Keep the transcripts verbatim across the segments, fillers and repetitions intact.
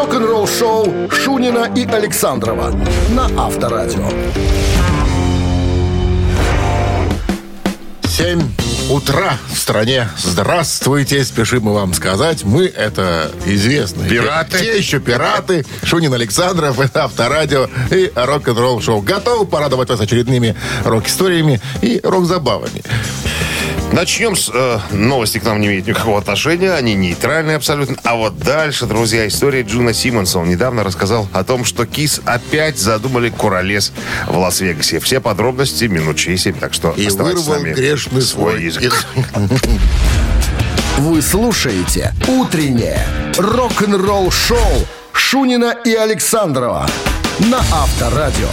Рок-н-ролл-шоу Шунина и Александрова на Авторадио. Семь утра в стране. Здравствуйте, спешим мы вам сказать. Мы — это известные пираты. Те, те еще пираты. Шунин, Александров, это Авторадио и рок-н-ролл шоу. Готовы порадовать вас очередными рок-историями и рок-забавами. Начнем с э, новости, к нам не имеют никакого отношения, они нейтральные абсолютно. А вот дальше, друзья, история Джона Симмонса. Он недавно рассказал о том, что Кис опять задумали куролес в Лас-Вегасе. Все подробности минут через семь, так что и оставайтесь с вырвал нами. Грешный свой язык. Вы слушаете «Утреннее рок-н-ролл-шоу» Шунина и Александрова на Авторадио.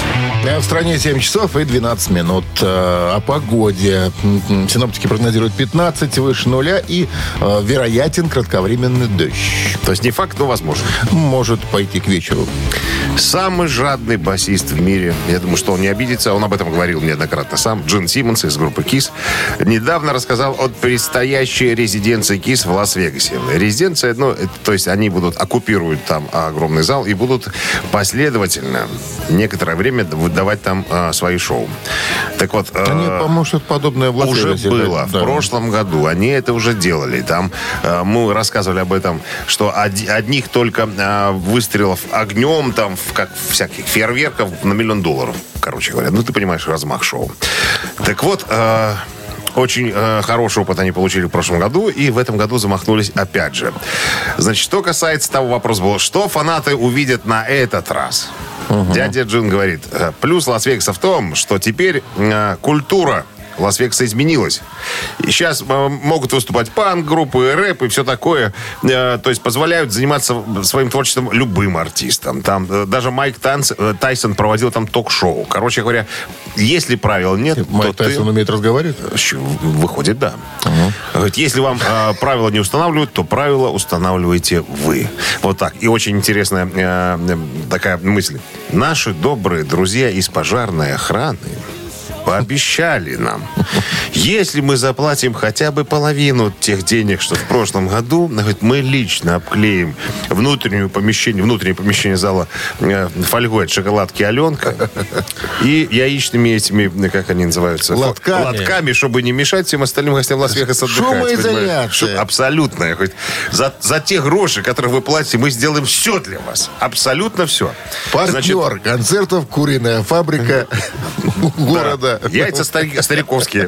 В стране семь часов и двенадцать минут. О погоде. Синоптики прогнозируют пятнадцать выше нуля и э, вероятен кратковременный дождь. То есть не факт, но возможно. Может пойти к вечеру. Самый жадный басист в мире, я думаю, что он не обидится, он об этом говорил неоднократно сам, Джон Симмонс из группы Кис, недавно рассказал о предстоящей резиденции Кис в Лас-Вегасе. Резиденция, ну, это, то есть они будут, оккупируют там огромный зал и будут последовательно некоторое время давать там а, свои шоу. Так вот... Они, а, по-моему, что-то подобное в Лас-Вегасе. Уже было. Да. В прошлом году они это уже делали. Там а, мы рассказывали об этом, что од- одних только а, выстрелов огнем, там, в, как всяких фейерверков на миллион долларов, короче говоря. Ну, ты понимаешь, размах шоу. Так вот... А, Очень э, хороший опыт они получили в прошлом году, и в этом году замахнулись опять же. Значит, что касается того вопроса было, что фанаты увидят на этот раз? Угу. Дядя Джин говорит, плюс Лас-Вегаса в том, что теперь э, культура Лас-Вегаса изменилась. И сейчас э, могут выступать панк-группы, рэп и все такое. Э, то есть позволяют заниматься своим творчеством любым артистам. Там э, даже Майк Танс, э, Тайсон проводил там ток-шоу. Короче говоря, если правил нет, и то Майк ты... Тайсон умеет разговаривать? Выходит, да. Угу. Говорит, если вам э, правила не устанавливают, то правила устанавливаете вы. Вот так. И очень интересная э, такая мысль. Наши добрые друзья из пожарной охраны пообещали нам, если мы заплатим хотя бы половину тех денег, что в прошлом году, мы лично обклеим внутреннее помещение, внутреннее помещение зала э, фольгой от шоколадки Аленка и яичными этими, как они называются? Лотками. Лотками, чтобы не мешать всем остальным гостям Лас-Вегаса отдыхать. Шумоизоляция. Абсолютно. Хоть за, за те гроши, которые вы платите, мы сделаем все для вас. Абсолютно все. Партнер Значит, концертов «Куриная фабрика» города. Яйца стари- стариковские.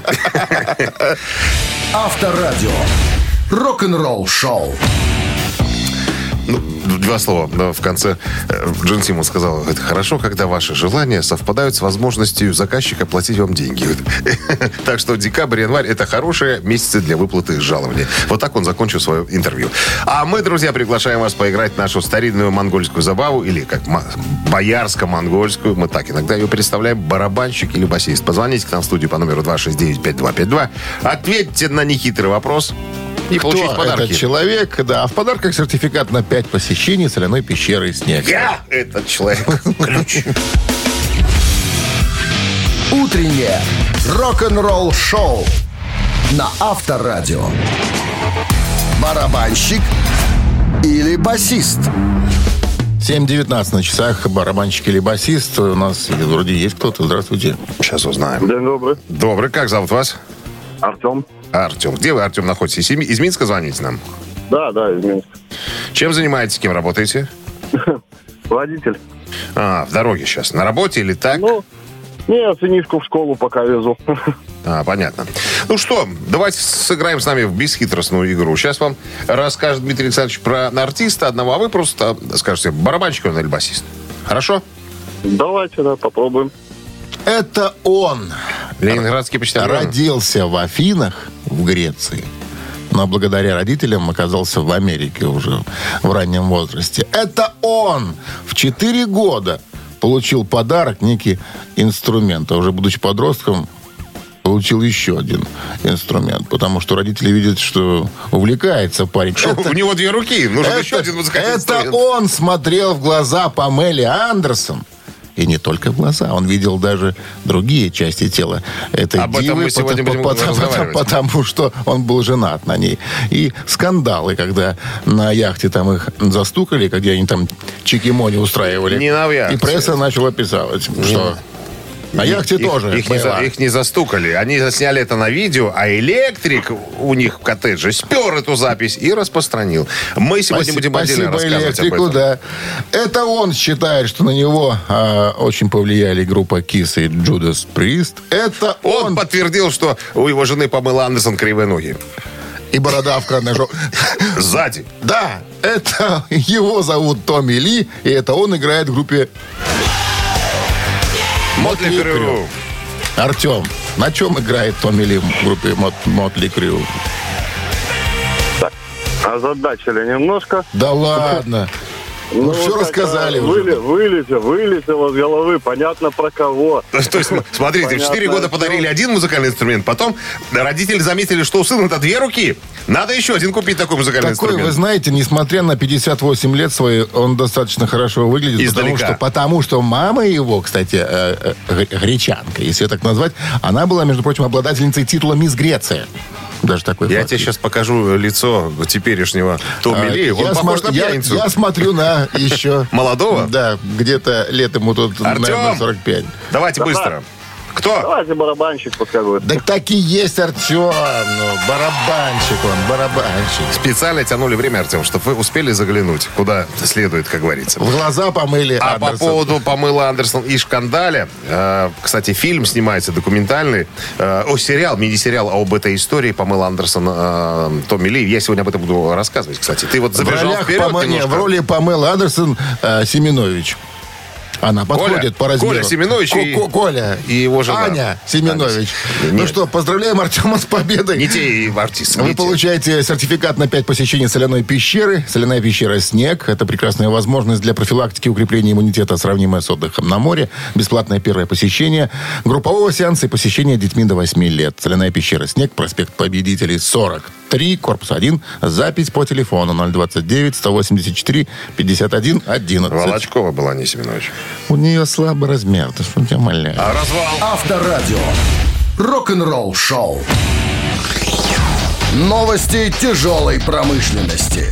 Авторадио. Рок-н-ролл шоу. Ну, два слова да, в конце. Джон Симмонс сказал, это хорошо, когда ваши желания совпадают с возможностью заказчика платить вам деньги. Так что декабрь, январь — это хорошие месяцы для выплаты жалования. Вот так он закончил свое интервью. А мы, друзья, приглашаем вас поиграть в нашу старинную монгольскую забаву, или как боярско-монгольскую. Мы так иногда ее представляем. Барабанщик или басист. Позвоните к нам в студию по номеру два шесть девять пять два пять два. Ответьте на нехитрый вопрос. И Кто получить подарки. этот человек? Да, а в подарках сертификат на пять посещений соляной пещеры «Снег». Я этот человек. Ключ. Утреннее рок-н-ролл шоу на Авторадио. Барабанщик или басист? семь девятнадцать на часах. Барабанщик или басист. У нас вроде есть кто-то. Здравствуйте. Сейчас узнаем. День добрый. Добрый. Как зовут вас? Артем. Артем. Где вы, Артем, находитесь? Из, из Минска звоните нам? Да, да, из Минска. Чем занимаетесь, кем работаете? Водитель. А, в дороге сейчас. На работе или так? Ну, нет, сынишку в школу пока везу. А, понятно. Ну что, давайте сыграем с нами в бесхитростную игру. Сейчас вам расскажет Дмитрий Александрович про артиста одного, а вы просто скажете, барабанщик он или басист. Хорошо? Давайте, да, попробуем. Это он. Ленинградский почтальон. Родился в Афинах, в Греции. Но благодаря родителям оказался в Америке уже в раннем возрасте. Это он в четыре года получил подарок, некий инструмент. А уже будучи подростком, получил еще один инструмент. Потому что родители видят, что увлекается парень. Что, Это, у него две руки. Нужен это, еще один музыкальный это инструмент. он смотрел в глаза Памеле Андерсон И не только в глаза. Он видел даже другие части тела этой Об этом дивы, мы сегодня потому, будем потому, разговаривать. потому что он был женат на ней. И скандалы, когда на яхте там их застукали, когда они там чикимони устраивали. Не на яхте. И пресса начала писать, что... На яхте их, тоже Их, не, за- была. их не застукали. Они засняли это на видео, а электрик у них в коттедже спер эту запись и распространил. Мы сегодня Спаси- будем отдельно Спасибо рассказывать об электрику, этом. да. Это он считает, что на него а, очень повлияли группа Kiss и Judas Priest. Это Он, он. подтвердил, что у его жены Памелы Андерсон кривые ноги. И бородавка на жо... Сзади. Да, это его зовут Томми Ли, и это он играет в группе Мотли Мотли Крю. Крю. Артем. На чем играет Томми Ли в группе Мотли Крю? Озадачили немножко. Да ладно. Ну, все вот рассказали это уже. выли- Вылетело, вылетело с головы, понятно про кого. То есть, смотрите, в Понятно, четыре года всё. подарили один музыкальный инструмент, потом родители заметили, что у сына-то две руки. Надо еще один купить такой музыкальный Такой, инструмент. вы знаете, несмотря на пятьдесят восемь лет свои, он достаточно хорошо выглядит. Потому Издалека. что, потому что мама его, кстати, э, э, гречанка, если ее так назвать, она была, между прочим, обладательницей титула «Мисс Греция». Даже такой Я факт тебе есть. сейчас покажу лицо теперешнего Томми А, Ли. Он я похож смо- на я- пьяницу. Я смотрю на еще... Молодого? Да, где-то лет ему тут, Артем! наверное, сорок пять. Давайте быстро. Кто? Давайте барабанщик пускай будет. Так так и есть Артем. Ну, барабанщик он, барабанщик. Специально тянули время, Артем, чтобы вы успели заглянуть, куда следует, как говорится. В глаза помыли А по Андерсон. поводу Памелы Андерсон и шкандаля, э, кстати, фильм снимается документальный, э, о, сериал, мини-сериал об этой истории Памелы Андерсон, э, Томми Ли. Я сегодня об этом буду рассказывать, кстати. Ты вот В, забежал ролях вперед Паме- не, немножко. в роли Памелы Андерсон э, Семенович. Она подходит Коля? по размеру. Коля Семенович Ко- и- Ко- Коля. и его жена. Аня Семенович. Аня. Ну Нет. что, поздравляем Артема с победой. Не те и артисты. Вы не те. получаете сертификат на пять посещений соляной пещеры. Соляная пещера «Снег». Это прекрасная возможность для профилактики и укрепления иммунитета, сравнимая с отдыхом на море. Бесплатное первое посещение группового сеанса и посещение детьми до восьми лет. Соляная пещера «Снег», проспект Победителей, сорок три, корпус один. Запись по телефону ноль двадцать девять сто восемьдесят четыре пятьдесят один одиннадцать. Волочкова была, не Семенович. У нее слабый размер. Ты что, тебя умоляю? А развал? Авторадио. Рок-н-ролл шоу. Новости тяжелой промышленности.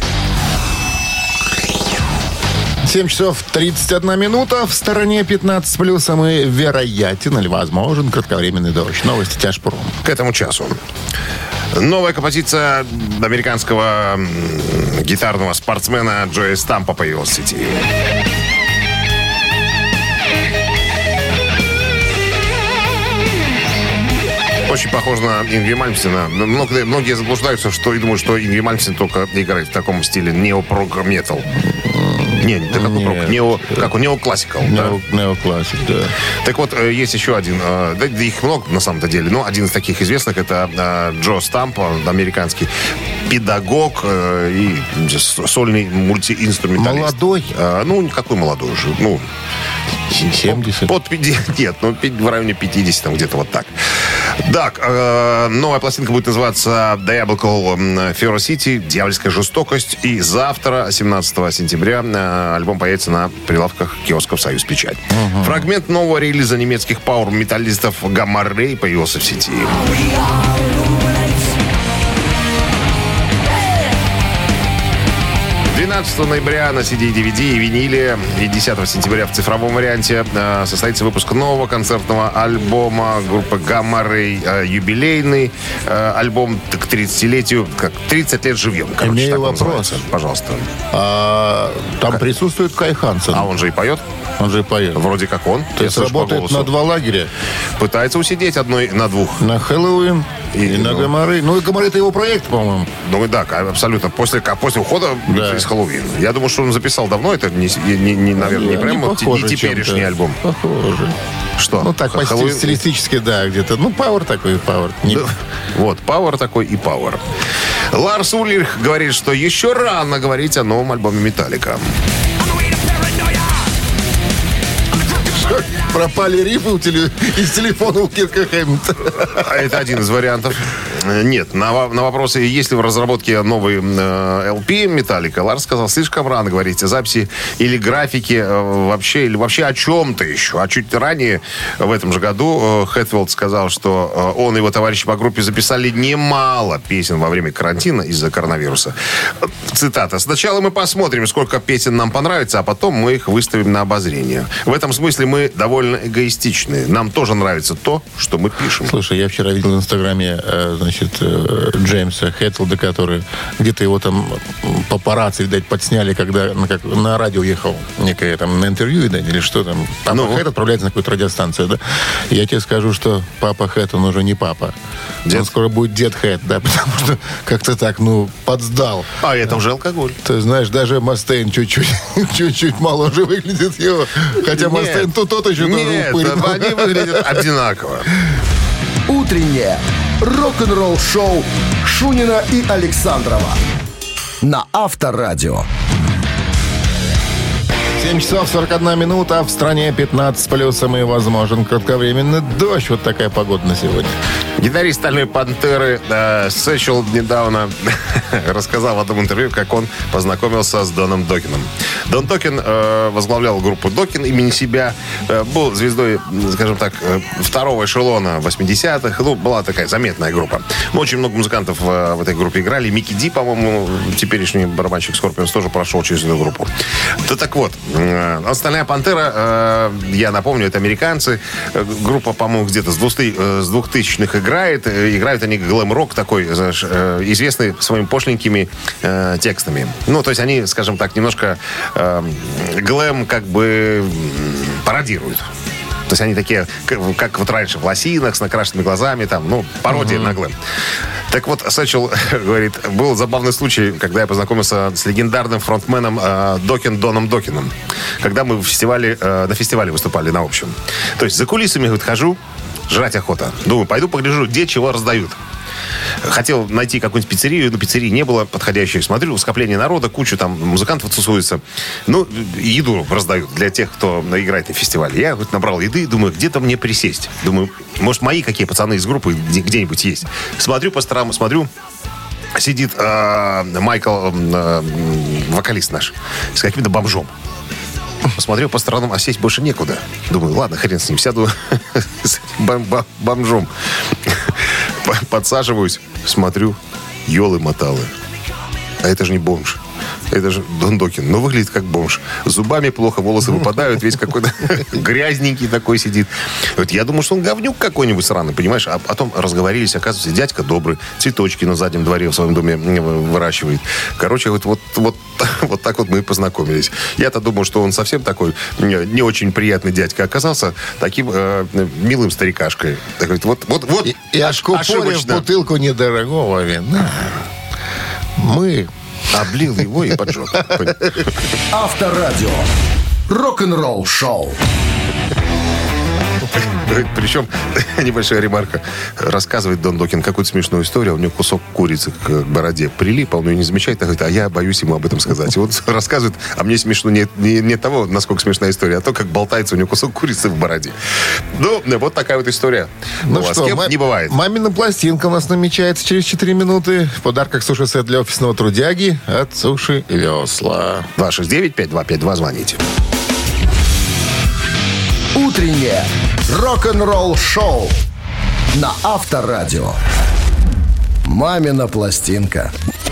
семь часов тридцать одна минута. В стороне пятнадцать с плюсом и вероятен или возможен кратковременный дождь. Новости Тяжпром. К этому часу. Новая композиция американского м, гитарного спортсмена Джои Стампа появилась в сети. Очень похож на Ингви Мальмстена. Много- Многие заблуждаются, что и думают, что Ингви Мальмстен только играет в таком стиле неопрог-метал. Не, да какой Нет. прог? Нео, как он, неоклассикал. да. Нео- Неоклассик, да. Так вот, э, есть еще один, э, да, да их много на самом-то деле, но один из таких известных, это э, Джо Стамп, он американский педагог э, и с- сольный мультиинструменталист. Молодой? Э, ну, какой молодой уже, ну, семьдесят. под пятьдесят, нет, ну, пи- в районе пятидесяти, там где-то вот так. Так, э, новая пластинка будет называться Diabolical Ferocity, дьявольская жестокость, и завтра, семнадцатого сентября, э, альбом появится на прилавках киосков «Союз Печать». Фрагмент нового релиза немецких пауэр-металлистов Gamma Ray появился в сети. двенадцатого ноября на си ди и ди ви ди и виниле и десятого сентября в цифровом варианте э, состоится выпуск нового концертного альбома группы Gamma Ray, э, юбилейный э, альбом к тридцатилетию, как тридцать лет живьем. Короче, Имею так он вопрос. называется. Пожалуйста. А, там присутствует Кай Хансен. А он же и поет? Он же и поет. Вроде как он. То Я есть слышу по работает голосу. на два лагеря. Пытается усидеть одной на двух. На Хэллоуин и, И, на ну. Гамары. Ну и Гамары — это его проект, по-моему. Ну да, абсолютно. После, а после ухода Да. из Хэллоуин. Я думаю, что он записал давно. Это, не, не, не, наверное, не Они прям вот похожи не теперешний чем-то. альбом. Похоже. Что? Ну так, почти Хэллоуин- стилистически, да, где-то. Ну, пауэр такой, пауэр. Не- Вот, Power такой и Power. Ларс Ульрих говорит, что еще рано говорить о новом альбоме Металлика. Пропали рифы у теле- из телефона у Кирка Хэммита. А это один из вариантов. Нет, на, на вопросы, есть ли в разработке новый э, эл пи Metallica, Ларс сказал, слишком рано говорить о записи или графике э, вообще, или вообще о чем-то еще. А чуть ранее, в этом же году, э, Хэтфилд сказал, что э, он и его товарищи по группе записали немало песен во время карантина из-за коронавируса. Цитата. «Сначала мы посмотрим, сколько песен нам понравится, а потом мы их выставим на обозрение. В этом смысле мы довольно эгоистичны. Нам тоже нравится то, что мы пишем». Слушай, я вчера видел в Инстаграме, э, значит, э, Джеймса Хэтфилда, который где-то его там папарацци, видать, подсняли, когда на, как, на радио ехал некое там на интервью, видать, или что там. Папа ну, Хэт отправляется на какую-то радиостанцию, да? Я тебе скажу, что папа Хэт, он уже не папа. Дед? Он скоро будет дед Хэт, да, потому что как-то так, ну, подсдал. А это уже алкоголь. Ты знаешь, даже Мастейн чуть-чуть, чуть-чуть моложе выглядит его. Хотя Мастейн то тот еще тоже упырь. Нет, они выглядят одинаково. Утреннее рок-н-ролл-шоу Шунина и Александрова на Авторадио. семь часов сорок одна минута, в стране пятнадцать с плюсом и возможен кратковременный дождь. Вот такая погода на сегодня. Гитарист «Стальной Пантеры» э, Сэчел недавно рассказал в одном интервью, как он познакомился с Доном Докином. Дон Докин э, возглавлял группу Докин имени себя, э, был звездой, скажем так, э, второго эшелона восьмидесятых. Ну, была такая заметная группа. Ну, очень много музыкантов э, в этой группе играли. Микки Ди, по-моему, теперешний барабанщик Скорпионс, тоже прошел через эту группу. Да так вот, э, «Стальная Пантера», э, я напомню, это американцы. Э, группа, по-моему, где-то с двухтысячных играет. Играют они глэм-рок такой, знаешь, э, известный своими пошленькими э, текстами. Ну, то есть они, скажем так, немножко э, глэм как бы пародируют. То есть они такие, как, как вот раньше, в лосинах, с накрашенными глазами, там, ну, пародия mm-hmm. на глэм. Так вот, Сэчел говорит, был забавный случай, когда я познакомился с легендарным фронтменом э, Докин Доном Докином, когда мы в фестивале, э, на фестивале выступали на общем. То есть за кулисами, говорит, хожу, жрать охота. Думаю, пойду погляжу, где чего раздают. Хотел найти какую-нибудь пиццерию, но пиццерии не было подходящей. Смотрю, скопление народа, кучу там музыкантов тусуется. Ну, еду раздают для тех, кто играет на фестивале. Я вот набрал еды, думаю, где-то мне присесть. Думаю, может, мои какие пацаны из группы где-нибудь есть. Смотрю по сторонам, смотрю, сидит э, Майкл, э, вокалист наш, с каким-то бомжом. Посмотрел по сторонам, а сесть больше некуда. Думаю, ладно, хрен с ним, сяду с этим бомжом. Подсаживаюсь, смотрю, елы-моталы. А это же не бомж. Это же Дон Докин. Но выглядит как бомж. Зубами плохо, волосы выпадают, весь какой-то грязненький такой сидит. Вот я думаю, что он говнюк какой-нибудь сраный, понимаешь? А потом разговорились, оказывается, дядька добрый, цветочки на заднем дворе в своем доме выращивает. Короче, вот, вот, вот, вот так вот мы и познакомились. Я-то думал, что он совсем такой не очень приятный дядька. Оказался таким э, милым старикашкой. Так, вот, вот, вот, и, и ошкупорив бутылку недорогого вина. Мы... Облил его и поджег. Авторадио. Рок-н-ролл шоу. Причем, небольшая ремарка. Рассказывает Дон Докин какую-то смешную историю. У него кусок курицы к бороде прилип, он ее не замечает. А говорит, а я боюсь ему об этом сказать. И вот рассказывает, а мне смешно не, не, не того, насколько смешная история, а то, как болтается у него кусок курицы в бороде. Ну, вот такая вот история. Ну у что, вас ма- не бывает. Мамина пластинка у нас намечается через четыре минуты. В подарках суши-сет для офисного трудяги от Суши Весла. два шесть девять пять два пять два, звоните. Утреннее рок-н-ролл-шоу на Авторадио. «Мамина пластинка».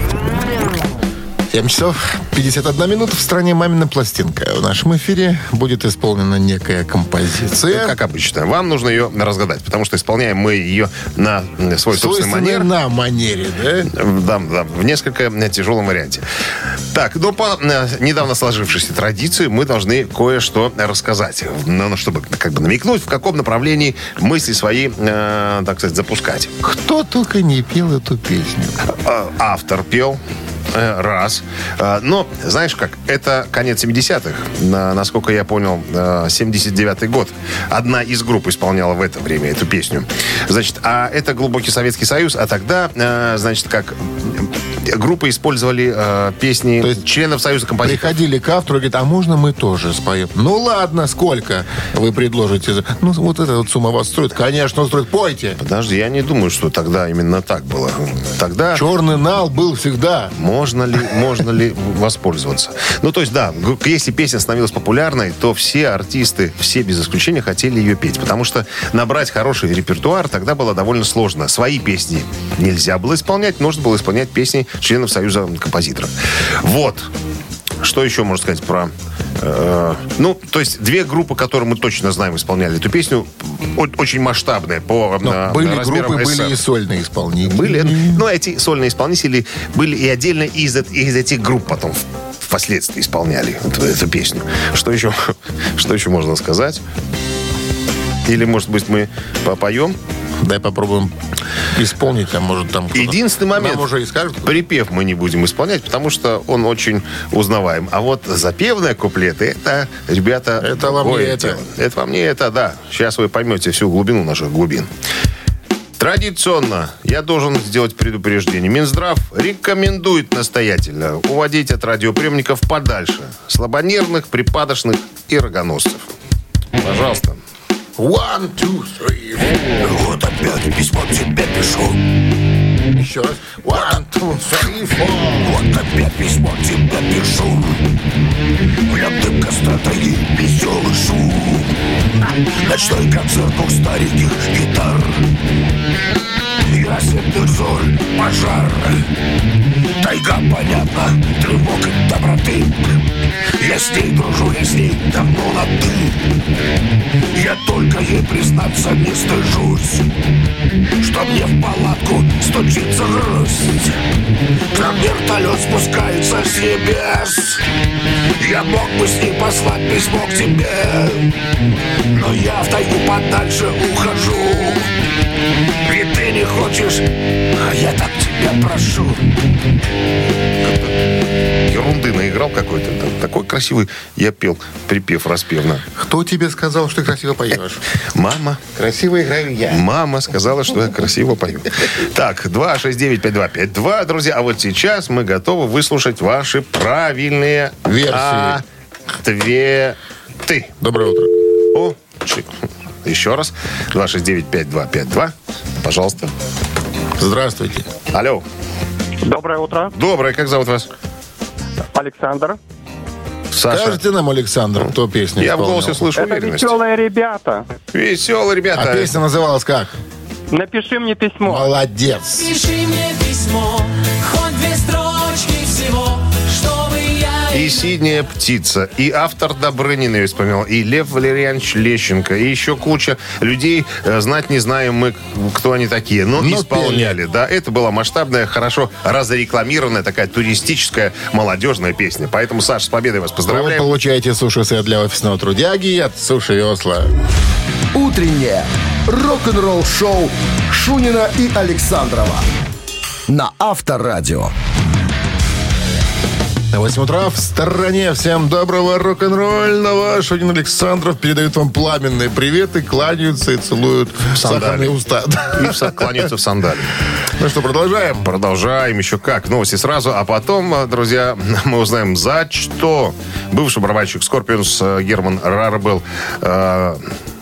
семь часов пятьдесят одна минута. В стране «Мамина пластинка». В нашем эфире будет исполнена некая композиция. Ну, как обычно. Вам нужно ее разгадать, потому что исполняем мы ее на свой собственный манер. на манере, да? Да, да, в несколько тяжелом варианте. Так, ну, по недавно сложившейся традиции мы должны кое-что рассказать. Ну, чтобы как бы намекнуть, в каком направлении мысли свои, э, так сказать, запускать. Кто только не пел эту песню. Автор пел. Раз. Но, знаешь как, это конец семидесятых. Насколько я понял, семьдесят девятый год. Одна из групп исполняла в это время эту песню. Значит, а это глубокий Советский Союз. А тогда, значит, как группы использовали э, песни То есть членов Союза композиторов. Приходили к автору и говорят, а можно мы тоже споем? Ну ладно, сколько вы предложите? Ну вот эта вот сумма вас устроит. Конечно, устроит. Пойте. Подожди, я не думаю, что тогда именно так было. Тогда... Черный нал был всегда. Можно ли, можно ли воспользоваться? Ну, то есть, да, если песня становилась популярной, то все артисты, все без исключения, хотели ее петь. Потому что набрать хороший репертуар тогда было довольно сложно. Свои песни нельзя было исполнять, нужно было исполнять песни членов Союза композиторов. Вот. Что еще можно сказать про... Э, ну, то есть, две группы, которые мы точно знаем, исполняли эту песню, о- очень масштабные по Но э, были размерам группы, СССР. были и сольные исполнители. Были, ну, эти сольные исполнители были и отдельно из, из этих групп потом впоследствии исполняли эту, эту песню. Что еще, что еще можно сказать? Или, может быть, мы попоем? Дай попробуем исполнить, а может там... Единственный момент. Нам уже и скажут. Припев мы не будем исполнять, потому что он очень узнаваем. А вот запевные куплеты, это, ребята... Это вам не ой, это. дело. Это вам не это, да. Сейчас вы поймете всю глубину наших глубин. Традиционно я должен сделать предупреждение. Минздрав рекомендует настоятельно уводить от радиоприемников подальше слабонервных, припадочных и рогоносцев. Пожалуйста. One, two, three, four. Вот опять письмо тебе пишу. Еще раз. One, two, three, four. Вот опять письмо тебе пишу. В нем дым кострота и веселый шум. Ночной концерт двух стареньких гитар. И рассветных зорь пожар. Тайга, понятно, тревог и доброты. Я с ней дружу, я с ней давно на «ты». Я только ей признаться не стыжусь, что мне в палатку стучится грусть. К нам вертолет спускается с небес. Я мог бы с ней послать письмо к тебе, но я в тайгу подальше ухожу. Ведь ты не хочешь, а я так тебя прошу. Ерунды наиграл какой-то. Там такой красивый я пел, припев распевно. Кто тебе сказал, что ты красиво поешь? Мама. Красиво играю я. Мама сказала, что я красиво пою. Так, два шесть девять пять два пять два, друзья. А вот сейчас мы готовы выслушать ваши правильные Версии. ответы. Доброе утро. О, чик. Еще раз. два шесть девять пять два пять два. Пожалуйста. Здравствуйте. Алло. Доброе утро. Доброе. Как зовут вас? Александр. Саша. Скажите нам, Александр, кто песню Я в исполнял? голосе слышу Это уверенность. веселые ребята. Веселые ребята. А песня называлась как? Напиши мне письмо. Молодец. Пиши мне письмо, хоть две строчки всего, чтобы я... И «Синяя птица», и автор Добрынин ее исполнял, и Лев Валерьянович Лещенко, и еще куча людей. Э, Знать не знаем мы, кто они такие, но, Но исполняли. Да, это была масштабная, хорошо разрекламированная, такая туристическая, молодежная песня. Поэтому, Саша, с победой вас Вы поздравляем. получаете суши-сет для офисного трудяги от Суши Весла. Утреннее рок-н-ролл-шоу Шунина и Александрова на Авторадио. восемь утра в стороне. Всем доброго рок-н-ролльного. Шунин Александров передают вам пламенные приветы, кланяются и целуют сандали. сахарные уста. И в са- кланяются в сандали. Ну что, продолжаем? Продолжаем еще как. Новости сразу. А потом, друзья, мы узнаем, за что бывший барабанщик Scorpions Герман Рарбел э,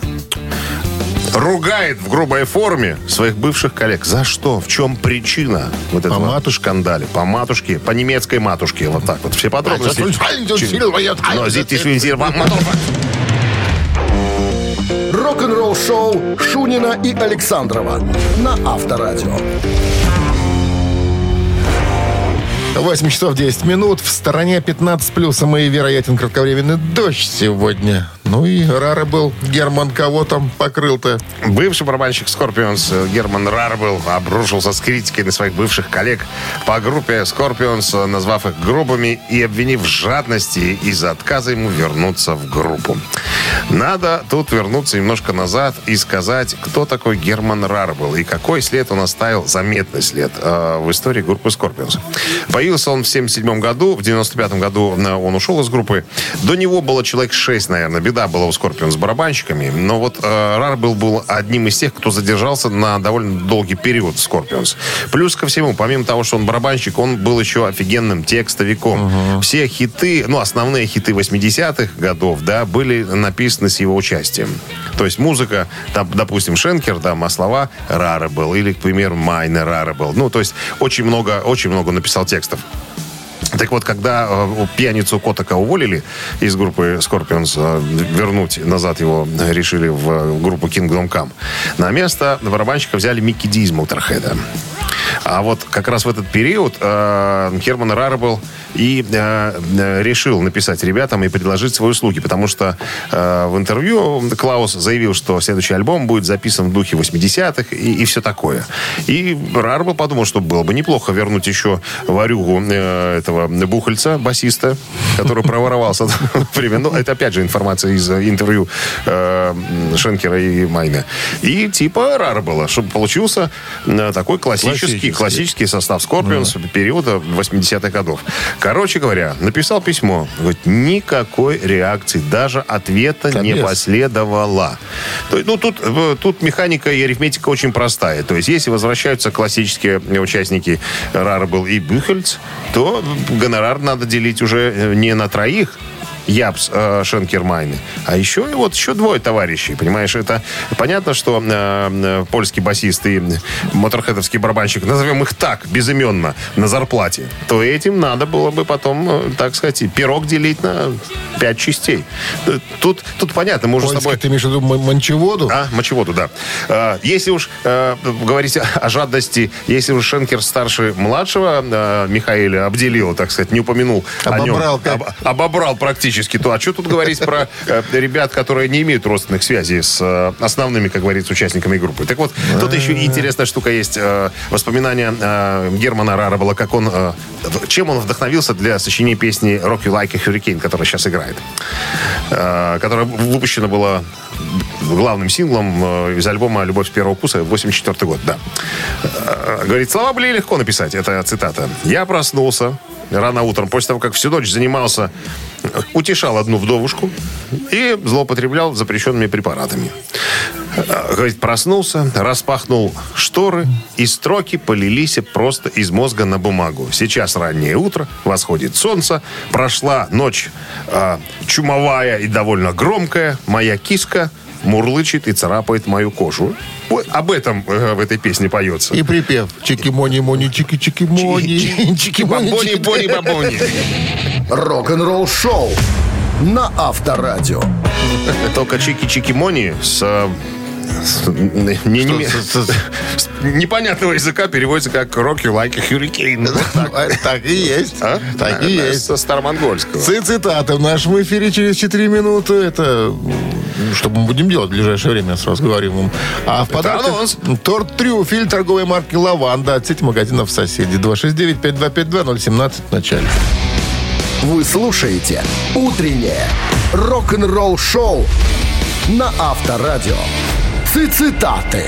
ругает в грубой форме своих бывших коллег. За что? В чем причина вот этого матушке. скандале? По матушке, по немецкой матушке. Вот так вот. Все подробности. Но здесь Рок-н-ролл-шоу Шунина и Александрова на Авторадио. восемь часов десять минут. В стороне пятнадцать плюсом и вероятен кратковременный дождь сегодня. Ну и Рара был. Герман кого там покрыл-то? Бывший барабанщик Scorpions Герман Рарбел обрушился с критикой на своих бывших коллег по группе Scorpions, назвав их грубыми и обвинив в жадности из-за отказа ему вернуться в группу. Надо тут вернуться немножко назад и сказать, кто такой Герман Рарбел и какой след он оставил, заметный след э, в истории группы Scorpions. Появился он в семьдесят седьмом году, в девяносто пятом году он ушел из группы. До него было человек шесть, наверное. Беда беда была у Скорпион с барабанщиками, но вот э, Рарбл был одним из тех, кто задержался на довольно долгий период в Скорпионс. Плюс ко всему, помимо того, что он барабанщик, он был еще офигенным текстовиком. Угу. Все хиты, ну, основные хиты восьмидесятых годов, да, были написаны с его участием. То есть музыка, там, допустим, Шенкер, там, а слова Рарбл, или, к примеру, Майне Рарбл. Ну, то есть очень много, очень много написал текстов. Так вот, когда э, пьяницу Котака уволили из группы Scorpions, э, вернуть назад его решили в э, группу Kingdom Come, на место барабанщика взяли Микки Ди из Моторхеда. А вот как раз в этот период э, Херман Рарбл и э, решил написать ребятам и предложить свои услуги, потому что э, в интервью Клаус заявил, что следующий альбом будет записан в духе восьмидесятых и, и все такое. И Рарбл подумал, что было бы неплохо вернуть еще варюгу э, этого Бухальца, басиста, который проворовался время. Ну, это опять же информация из интервью э, Шенкера и Майна. И типа Рарбла, чтобы получился э, такой классический, классический, классический состав Scorpions да. периода восьмидесятых годов. Короче говоря, написал письмо. Говорит, никакой реакции, даже ответа Конечно. не последовало. То, ну, тут, тут механика и арифметика очень простая. То есть, если возвращаются классические участники Рарбл и Бухальц, то гонорар надо делить уже не на троих, Япс, э, Шенкер, Майне. А еще и вот еще двое товарищей, понимаешь, это понятно, что э, польский басист и моторхедовский барабанщик, назовем их так, безыменно, на зарплате, то этим надо было бы потом, э, так сказать, пирог делить на пять частей. Тут, тут понятно, мы уже Польский, с тобой... ты имеешь в виду мочеводу? А, мочеводу, да. Э, если уж э, говорить о жадности, если уж Шенкер старше младшего э, Михаэля обделил, так сказать, не упомянул обобрал, о нем, об, обобрал практически, то а что тут говорить про э, ребят, которые не имеют родственных связей с э, основными, как говорится, участниками группы. Так вот, тут еще интересная штука есть. Э, воспоминания э, Германа Рарбла, как он, э, чем он вдохновился для сочинения песни «Rock You Like a Hurricane», которая сейчас играет. Э, которая выпущена была главным синглом э, из альбома «Любовь с первого вкуса», восемьдесят четвёртый год, да. Э, говорит, слова были легко написать, это цитата. «Я проснулся рано утром, после того, как всю ночь занимался, утешал одну вдовушку и злоупотреблял запрещенными препаратами. Говорит, проснулся, распахнул шторы, и строки полились просто из мозга на бумагу. Сейчас раннее утро, восходит солнце, прошла ночь э, чумовая и довольно громкая, моя киска мурлычет и царапает мою кожу». Вот об этом э, в этой песне поется. И припев. Чики-мони-мони, чики-чики-мони. Чики-бамбони-бони-бабони. Рок-н-ролл шоу на Авторадио. Только чики-чики-мони с... с- не- не- с- с непонятного языка переводится как «Rock You Like a Hurricane». Вот так. Так и есть. А? Так и Да, есть. Со старомонгольского. Цитаты в нашем эфире через четыре минуты. Это что мы будем делать в ближайшее время, я сразу говорю вам. А в подарок анонс. торт «Трюфель» торговой марки «Лаванда» от сети магазинов «Соседи». два шесть девять пять два пять два ноль семнадцать в начале. Вы слушаете «Утреннее рок-н-ролл-шоу» на Авторадио. Цитаты.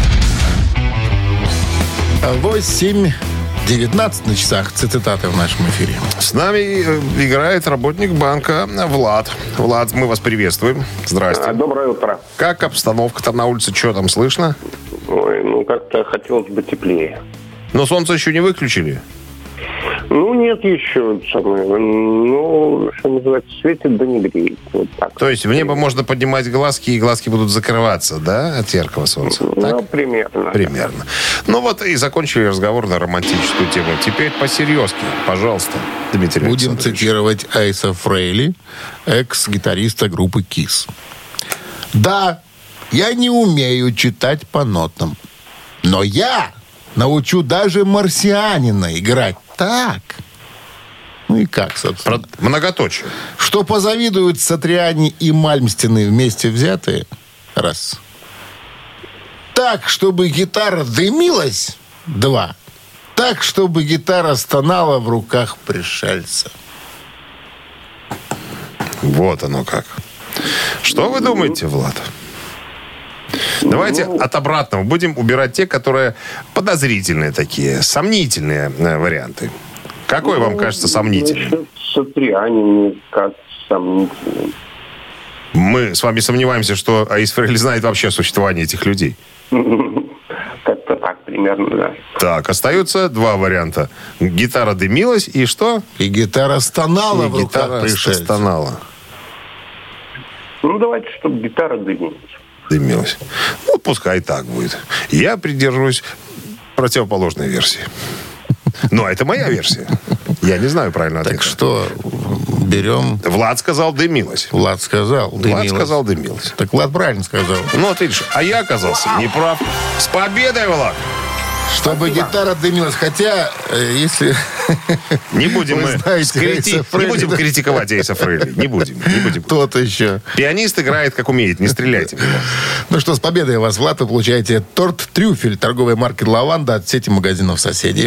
восемь девятнадцать на часах. Цитаты в нашем эфире. С нами э, играет работник банка Влад. Влад, мы вас приветствуем. Здрасте. Доброе утро. Как обстановка там на улице? Что там слышно? Ой, ну как-то хотелось бы теплее. Но солнце еще не выключили? Ну, нет еще. Самое, ну, что называется, светит, да не греет. Вот так. То есть в небо можно поднимать глазки, и глазки будут закрываться, да, от яркого солнца? Ну, Так? примерно. Примерно. Ну вот и закончили разговор на романтическую тему. Теперь по-серьезки, пожалуйста, Дмитрий Будем Александрович. цитировать Эйса Фрейли, экс-гитариста группы Кис. Да, я не умею читать по нотам, но я научу даже марсианина играть так. Ну и как, собственно. Про- Многоточие. Что позавидуют Сатриани и Мальмстины вместе взятые? Раз. Так, чтобы гитара дымилась? Два. Так, чтобы гитара стонала в руках пришельца. Вот оно как. Что вы думаете, Влад? Давайте от обратного. Будем убирать те, которые подозрительные такие, сомнительные э, варианты. Какой вам кажется сомнительным? Насчет Сатриани мне кажется сомнительным. Мы с вами сомневаемся, что Эйс Фрейли знает вообще о существовании этих людей. Как-то так примерно, да. Так, остаются два варианта. Гитара дымилась и что? И гитара стонала И в руках гитара пришельца. стонала. Ну, давайте, чтобы гитара дымилась. Дымилась. Ну, пускай так будет. Я придерживаюсь противоположной версии. Но это моя версия. Я не знаю правильно ответа. Так что берем... Влад сказал «дымилась». Влад сказал, дымилась. Влад сказал «дымилась». Так Влад правильно сказал. Ну, вот видишь, а я оказался неправ. С победой, Влад! Чтобы гитара дымилась. Хотя, э, если... Не будем Вы мы знаете, скрити- Эйса Фрейли, не будем да? критиковать Эйса Фрейли. Не будем, не будем. Тот еще. Пианист играет, как умеет. Не стреляйте. Ну что, с победой вас, Влад, вы получаете торт «Трюфель» торговой марки «Лаванда» от сети магазинов «Соседей».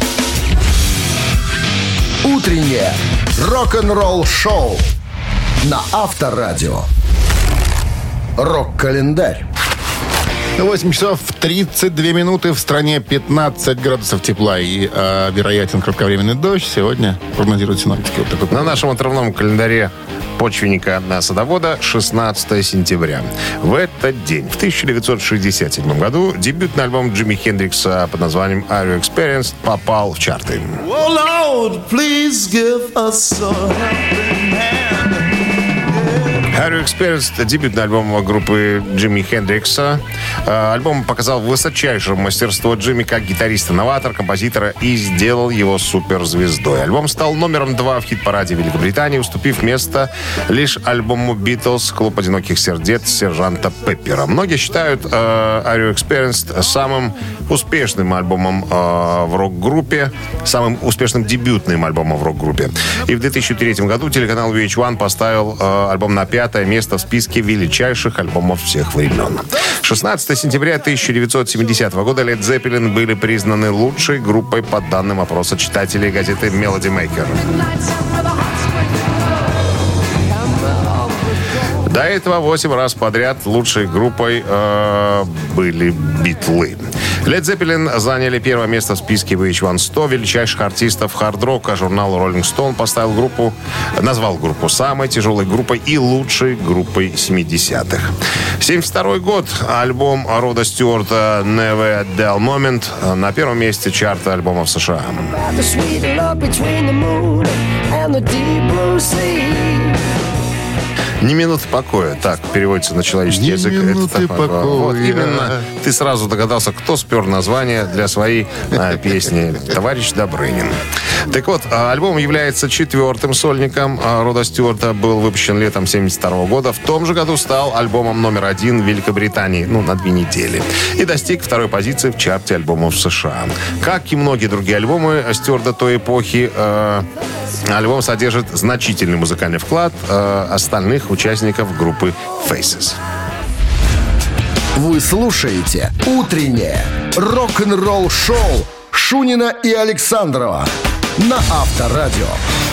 Утреннее рок-н-ролл-шоу на Авторадио. Рок-календарь. восемь часов тридцать две минуты. В стране пятнадцать градусов тепла и э, вероятен кратковременный дождь. Сегодня прогнозируют синоптики. Вот такой На погода. нашем отрывном календаре почвенника на садовода шестнадцатое сентября. В этот день, в тысяча девятьсот шестьдесят седьмом году, дебютный альбом Джимми Хендрикса под названием «Are You Experienced» попал в чарты. Oh Lord, please give us a helping hand. «Are You Experienced» — дебютный альбом группы Джимми Хендрикса. Э, Альбом показал высочайшее мастерство Джимми как гитариста-новатора, композитора и сделал его суперзвездой. Альбом стал номером два в хит-параде Великобритании, уступив место лишь альбому «Битлз» «Клуб одиноких сердец» сержанта Пеппера. Многие считают э, «Are You Experienced» самым успешным альбомом э, в рок-группе, самым успешным дебютным альбомом в рок-группе. И в две тысячи третьем году телеканал ви эйч один поставил э, альбом на пятое место в списке величайших альбомов всех времен. шестнадцатое сентября тысяча девятьсот семидесятого года Led Zeppelin были признаны лучшей группой по данным опроса читателей газеты Melody Maker. До этого восемь раз подряд лучшей группой э, были Битлы. Led Zeppelin заняли первое место в списке ви эйч один сто величайших артистов хард-рока. Журнал Rolling Stone поставил группу, назвал группу самой тяжелой группой и лучшей группой семидесятых. семьдесят второй год. Альбом Рода Стюарта «Never a Dull Moment» на первом месте чарта альбомов США. «Ни минуты покоя». Так переводится на человеческий «Ни язык. минуты Это, покоя». Вот именно ты сразу догадался, кто спер название для своей а, песни. Товарищ Добрынин. Так вот, альбом является четвертым сольником Рода Стюарта. Был выпущен летом семьдесят второго года. В том же году стал альбомом номер один в Великобритании. Ну, на две недели. И достиг второй позиции в чарте альбомов США. Как и многие другие альбомы Стюарта той эпохи, э, альбом содержит значительный музыкальный вклад э, остальных участников группы Faces. Вы слушаете «Утреннее рок-н-ролл-шоу» Шунина и Александрова на Авторадио.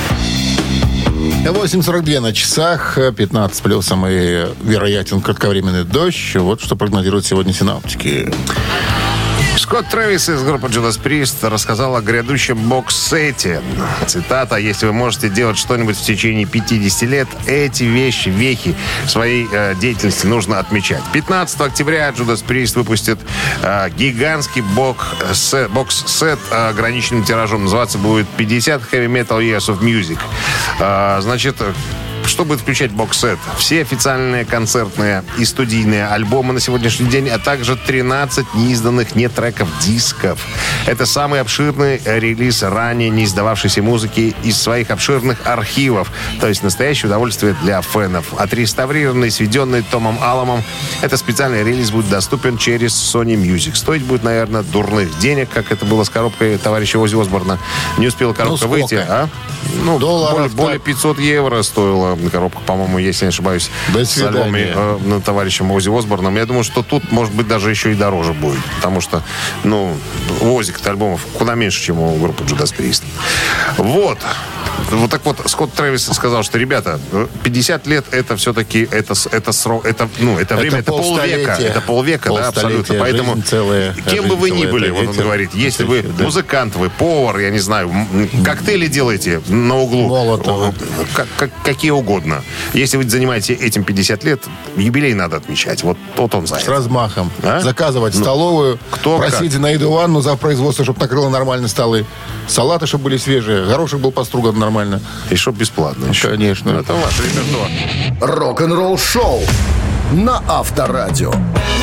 восемь сорок два на часах, пятнадцать с плюсом и вероятен кратковременный дождь. Вот что прогнозируют сегодня синоптики. Скотт Трэвис из группы Judas Priest рассказал о грядущем бокс-сете. Цитата: «Если вы можете делать что-нибудь в течение пятидесяти лет, эти вещи, вехи своей э, деятельности нужно отмечать». пятнадцатого октября Judas Priest выпустит э, гигантский бокс-сет, бокс-сет э, ограниченным тиражом. Называться будет пятьдесят Heavy Metal Years of Music. Э, значит... Что будет включать бокс-сет? Все официальные концертные и студийные альбомы на сегодняшний день, а также тринадцать неизданных не треков дисков. Это самый обширный релиз ранее не издававшейся музыки из своих обширных архивов. То есть настоящее удовольствие для фенов. Отреставрированный, сведенный Томом Алламом, этот специальный релиз будет доступен через Sony Music. Стоить будет, наверное, дурных денег, как это было с коробкой товарища Оззи Осборна. Не успела коробка Ну, выйти, а? Ну, Долларов более, так. более пятьсот евро стоила коробка, по-моему, если не ошибаюсь, До с альбомами свидания. э, на товарищем Оззи Осборном. Я думаю, что тут, может быть, даже еще и дороже будет. Потому что, ну, у Оззи-то альбомов куда меньше, чем у группы Judas Priest. Вот. Вот так вот, Скотт Трэвис сказал, что, ребята, пятьдесят лет это все-таки, это, это срок, это, ну, это время, это, это полвека. Это полвека, да, абсолютно. Поэтому, целая, кем бы вы ни были, вот он говорит, если вы да. музыкант, вы повар, я не знаю, коктейли делаете на углу, Молотова. Как, как, какие угодно. Если вы занимаетесь этим пятьдесят лет, юбилей надо отмечать. Вот тот он занят. С размахом. А? Заказывать ну, столовую, кто просить Зинаиду Ивановну за производство, чтобы накрыло нормально столы. Салаты, чтобы были свежие, горошек был поструган нормально. И чтоб бесплатно еще. Конечно. Это ваш репертуар. Рок-н-ролл шоу на Авторадио.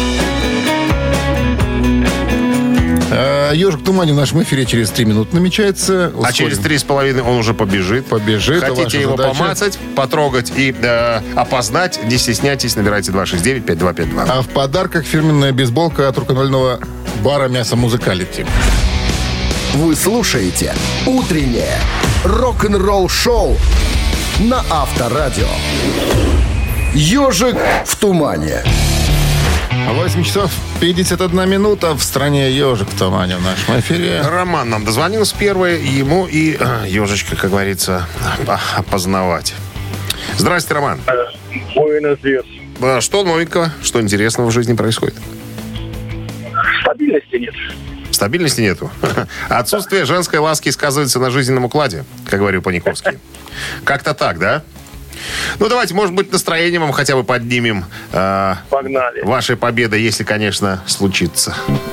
«Ежик в тумане» в нашем эфире через три минуты намечается. Ускорим. А через три с половиной он уже побежит. Побежит. Хотите его задача? Помацать, потрогать и э, опознать, не стесняйтесь, набирайте два шесть девять пять два пять два. А в подарках фирменная бейсболка от рок-н-ролльного бара «Мясо Музыкалити». Вы слушаете «Утреннее рок-н-ролл-шоу» на Авторадио. «Ежик в тумане». восемь часов пятьдесят одна минута. В стране «Ежик в тумане» в нашем эфире. Роман нам дозвонился первый. Ему и э, ежечка, как говорится, опознавать. Здрасте, Роман. Буэнос диас. А что новенького? Что интересного в жизни происходит? Стабильности нет. Стабильности нету. Отсутствие женской ласки сказывается на жизненном укладе, как говорил Паниковский. Как-то так, да? Ну, давайте, может быть, настроение вам хотя бы поднимем. Э, Погнали. Вашей победы, если, конечно, случится.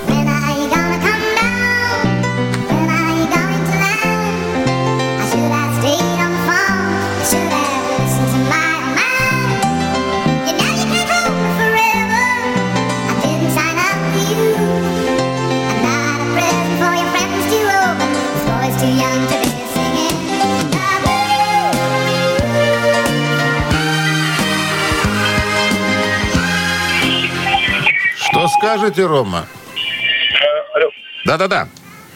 Что скажете, Рома? Алло. Да-да-да.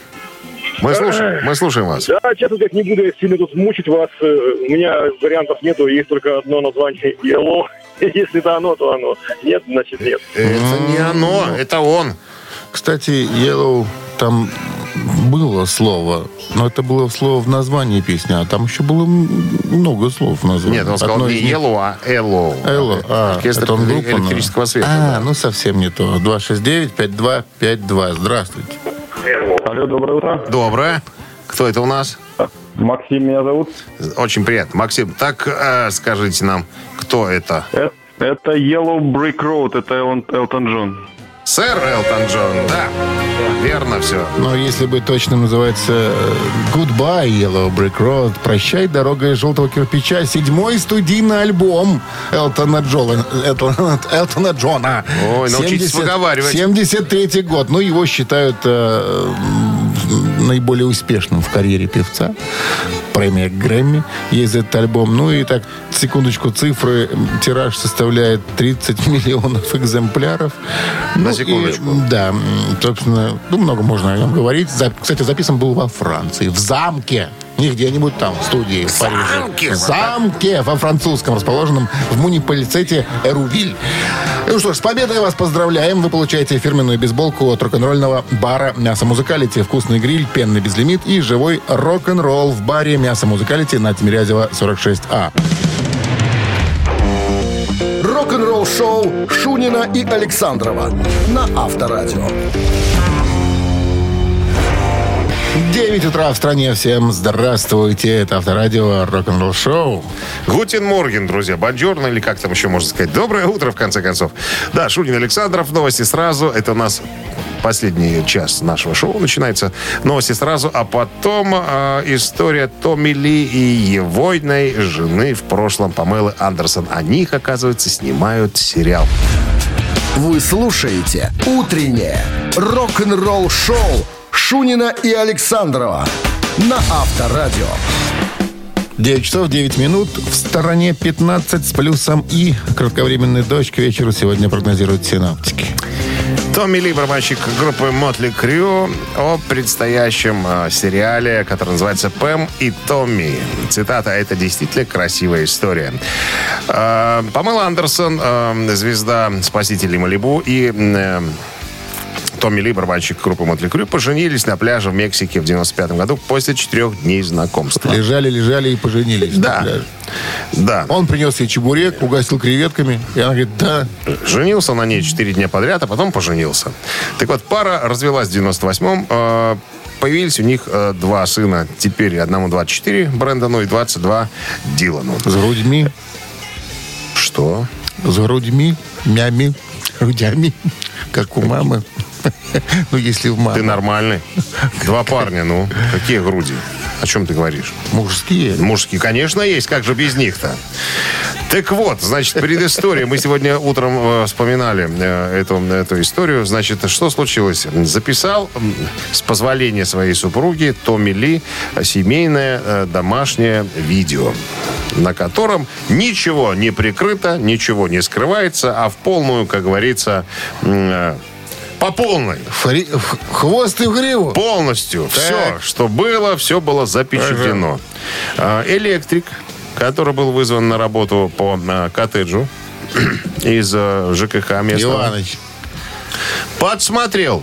Мы слушаем, мы слушаем вас. Да, честно сказать, не буду сильно тут мучить вас. У меня вариантов нету, есть только одно название Yellow. Если это оно, то оно. Нет, значит нет. Это не оно, это он. Кстати, Yellow, там было слово, но это было слово в названии песни, а там еще было много слов в названии. Нет, он сказал Одно не них... Yellow, а Элло. Элло, а, оркестр это он группа, электрического света. А, да. ну совсем не то. два шесть девять пять два пять два. Здравствуйте. Алло, доброе утро. Доброе. Кто это у нас? Максим меня зовут. Очень приятно. Максим, так э, скажите нам, кто это? Это, это Yellow Brick Road, это Элтон, Элтон Джон. Сэр Элтон Джон, да. Верно все. Но если быть точным, называется Goodbye, Yellow Brick Road. Прощай, дорога из желтого кирпича. Седьмой студийный альбом Элтона Джона. Элтона, Элтона Джона. Ой, научитесь выговаривать. семьдесят третий год. Ну, его считают э, наиболее успешным в карьере певца. Премия Грэмми есть за этот альбом. Ну и так, секундочку, цифры. Тираж составляет тридцать миллионов экземпляров. На ну, секундочку. И, да, собственно, ну, много можно о нем говорить. За, кстати, записан был во Франции, в замке. Не где-нибудь там, в студии в Париже. Замке! В замке во французском, расположенном в муниципалитете Эрувиль. Ну что ж, с победой вас поздравляем. Вы получаете фирменную бейсболку от рок-н-ролльного бара «Мясо Музыкалити». Вкусный гриль, пенный безлимит и живой рок-н-ролл в баре «Мясо Музыкалити» на Тимирязева сорок шесть А. Рок-н-ролл шоу Шунина и Александрова на Авторадио. девять утра в стране. Всем здравствуйте. Это Авторадио, рок-н-ролл шоу. Гутен Морген, друзья. Бонжорно, или как там еще можно сказать. Доброе утро, в конце концов. Да, Шунин, Александров. Новости сразу. Это у нас последний час нашего шоу начинается. Новости сразу. А потом э, история Томми Ли и егойной жены в прошлом Памелы Андерсон. О них, оказывается, снимают сериал. Вы слушаете «Утреннее рок-н-ролл-шоу» Шунина и Александрова на Авторадио. девять часов девять минут. В стороне пятнадцать с плюсом и кратковременный дождь к вечеру сегодня прогнозируют синоптики. Томми Ли, барабанщик группы Мотли Крю, о предстоящем э, сериале, который называется «Пэм и Томми». Цитата: «Это действительно красивая история». Э, Памела Андерсон, э, звезда «Спасителей Малибу» и... Э, Томми Ли, барабанщик группы Мотли Крю, поженились на пляже в Мексике в девяносто пятом году после четырех дней знакомства. Лежали, лежали и поженились. Да. на пляже. Да. Он принес ей чебурек, угостил креветками. И она говорит, да. Женился на ней четыре дня подряд, а потом поженился. Так вот, пара развелась в девяносто восьмом. Э, появились у них э, два сына. Теперь одному двадцать четыре Брэндону и двадцать два Дилану. С грудьми. Что? С грудьми, мями, грудями, как у мамы. Ну, если в маму. Ты нормальный. Два парня, ну. Какие груди? О чем ты говоришь? Мужские. Мужские, конечно, есть. Как же без них-то? Так вот, значит, предыстория. Мы сегодня утром э, вспоминали э, эту, эту историю. Значит, что случилось? Записал э, с позволения своей супруги Томми Ли семейное э, домашнее видео, на котором ничего не прикрыто, ничего не скрывается, а в полную, как говорится, э, по полной. Фри... Хвост и в гриву. Полностью. Так. Все, что было, все было запечатлено. Ага. Электрик, который был вызван на работу по коттеджу из ЖКХ местного, Иваныч. подсмотрел,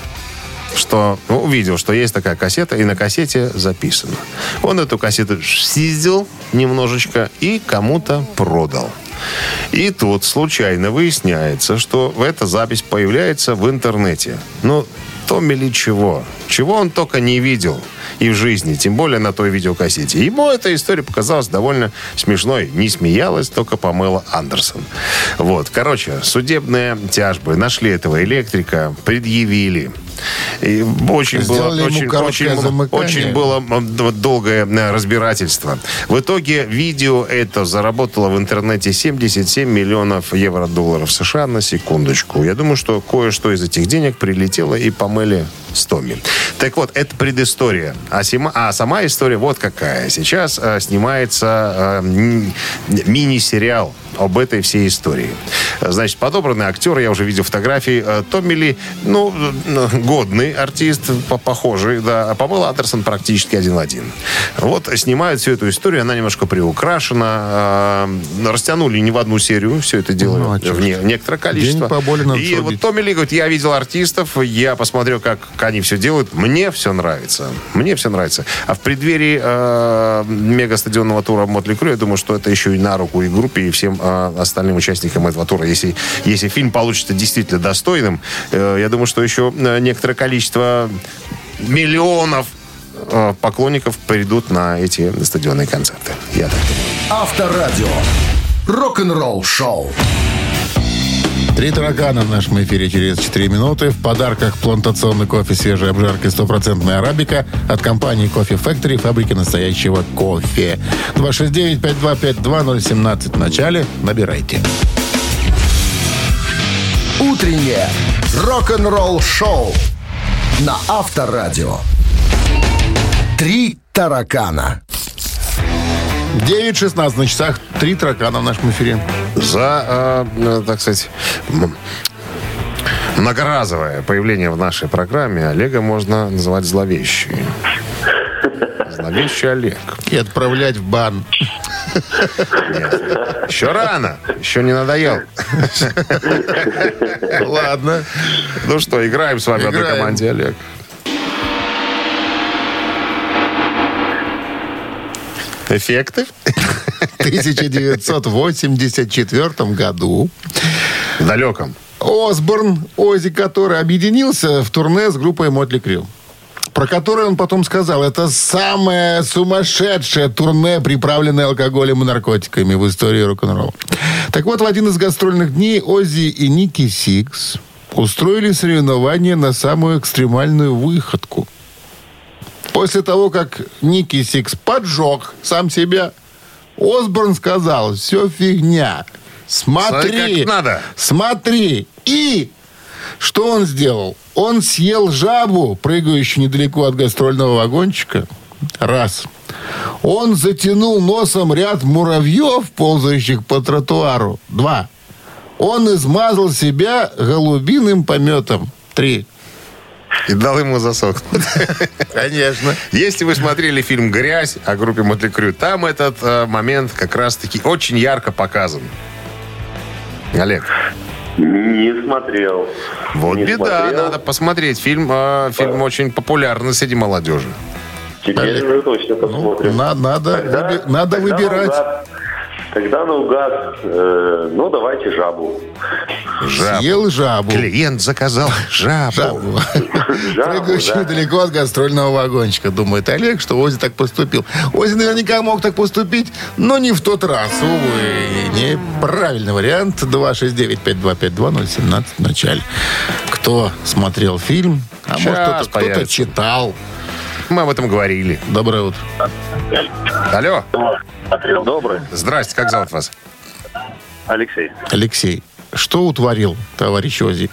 что ну, увидел, что есть такая кассета, и на кассете записано. Он эту кассету съездил немножечко и кому-то продал. И тут случайно выясняется, что эта запись появляется в интернете. Ну, Томми Ли чего? Чего он только не видел и в жизни, тем более на той видеокассете. Ему эта история показалась довольно смешной. Не смеялась только Памела Андерсон. Вот, короче, судебные тяжбы. Нашли этого электрика, предъявили. И очень было, очень, очень, очень было долгое разбирательство. В итоге видео это заработало в интернете семьдесят семь миллионов евро-долларов США на секундочку. Я думаю, что кое-что из этих денег прилетело и Памеле с Томми. Так вот, это предыстория. А, сема, а сама история вот какая. Сейчас а, снимается а, ми- мини-сериал об этой всей истории. Значит, подобранный актер, я уже видел фотографии. Томми Ли, ну, годный артист, похожий, да. А Памела Андерсон практически один в один. Вот снимают всю эту историю, она немножко приукрашена. Растянули не в одну серию, все это делали ну, а в не, некоторое количество. И вот Томми Ли говорит, я видел артистов, я посмотрел, как они все делают. Мне все нравится. Мне все нравится. А в преддверии э, мегастадионного тура Мотли Крю, я думаю, что это еще и на руку и группе, и всем э, остальным участникам этого тура. Если, если фильм получится действительно достойным, э, я думаю, что еще некоторое количество миллионов э, поклонников придут на эти стадионные концерты. Я так думаю. Авторадио. Рок-н-ролл шоу. Три таракана в нашем эфире через четыре минуты. В подарках плантационный кофе свежей обжарки стопроцентная арабика от компании Coffee Factory, фабрики настоящего кофе. два шесть девять пять два пять два ноль один семь в начале. Набирайте. Утреннее рок-н-ролл шоу на Авторадио. Три таракана. девять шестнадцать на часах. Три таракана в нашем эфире. За, э, так сказать, многоразовое появление в нашей программе Олега можно называть зловещим. Зловещий Олег. И отправлять в бан. Нет, еще рано. Еще не надоел. Ладно. Ну что, играем с вами в одной команде, Олег. Эффекты? В тысяча девятьсот восемьдесят четвёртом году в далеком Осборн, Оззи, который объединился в турне с группой Мотли Крю, про которое он потом сказал, это самое сумасшедшее турне, приправленное алкоголем и наркотиками в истории рок-н-ролла. Так вот, в один из гастрольных дней Оззи и Ники Сикс устроили соревнования на самую экстремальную выходку. После того, как Ники Сикс поджег сам себя, Осборн сказал, все фигня. Смотри, как надо. Смотри. И что он сделал? Он съел жабу, прыгающую недалеко от гастрольного вагончика. Раз. Он затянул носом ряд муравьев, ползающих по тротуару. Два. Он измазал себя голубиным пометом. Три. И дал ему засохнуть. Конечно. Если вы смотрели фильм «Грязь» о группе Мотли Крю, там этот э, момент как раз-таки очень ярко показан. Олег. Не смотрел. Вот Не беда, смотрел. надо посмотреть. Фильм, э, фильм очень популярный среди молодежи. Теперь уже точно посмотрим. На- надо Тогда- выби- надо тогда выбирать. наугад. Тогда наугад. Э, ну, давайте жабу. Жабу. Съел жабу. Клиент заказал жабу. Жабу. Жабу, Прыгающий да. далеко от гастрольного вагончика, думает Олег, что Ози так поступил. Ози наверняка мог так поступить, но не в тот раз. Увы, неправильный вариант. два шесть девять пять два пять два ноль семнадцать в начале. Кто смотрел фильм, а Сейчас может кто-то, кто-то появится. читал. Мы об этом говорили. Доброе утро. Алло. Добрый. Здрасте, как зовут вас? Алексей. Алексей, что утворил товарищ Ози?